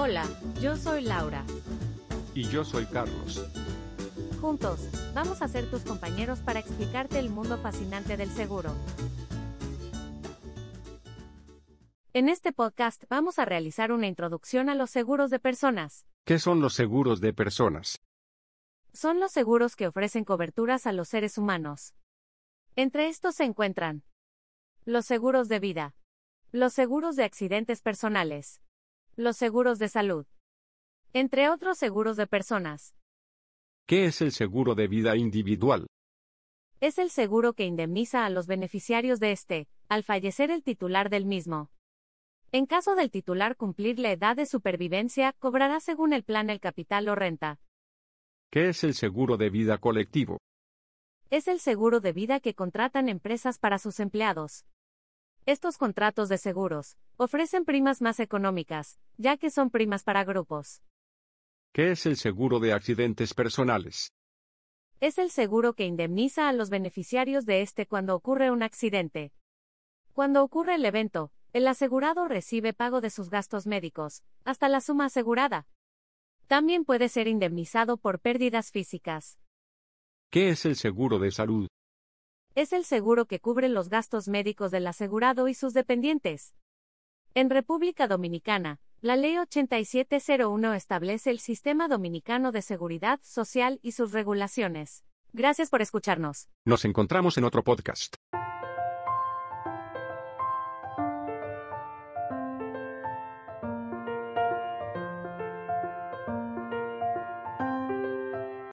Hola, yo soy Laura. Y yo soy Carlos. Juntos, vamos a ser tus compañeros para explicarte el mundo fascinante del seguro. En este podcast vamos a realizar una introducción a los seguros de personas. ¿Qué son los seguros de personas? Son los seguros que ofrecen coberturas a los seres humanos. Entre estos se encuentran los seguros de vida, los seguros de accidentes personales, los seguros de salud, entre otros seguros de personas. ¿Qué es el seguro de vida individual? Es el seguro que indemniza a los beneficiarios de este, al fallecer el titular del mismo. En caso del titular cumplir la edad de supervivencia, cobrará según el plan el capital o renta. ¿Qué es el seguro de vida colectivo? Es el seguro de vida que contratan empresas para sus empleados. Estos contratos de seguros ofrecen primas más económicas, ya que son primas para grupos. ¿Qué es el seguro de accidentes personales? Es el seguro que indemniza a los beneficiarios de este cuando ocurre un accidente. Cuando ocurre el evento, el asegurado recibe pago de sus gastos médicos, hasta la suma asegurada. También puede ser indemnizado por pérdidas físicas. ¿Qué es el seguro de salud? Es el seguro que cubre los gastos médicos del asegurado y sus dependientes. En República Dominicana, la Ley 8701 establece el Sistema Dominicano de Seguridad Social y sus regulaciones. Gracias por escucharnos. Nos encontramos en otro podcast.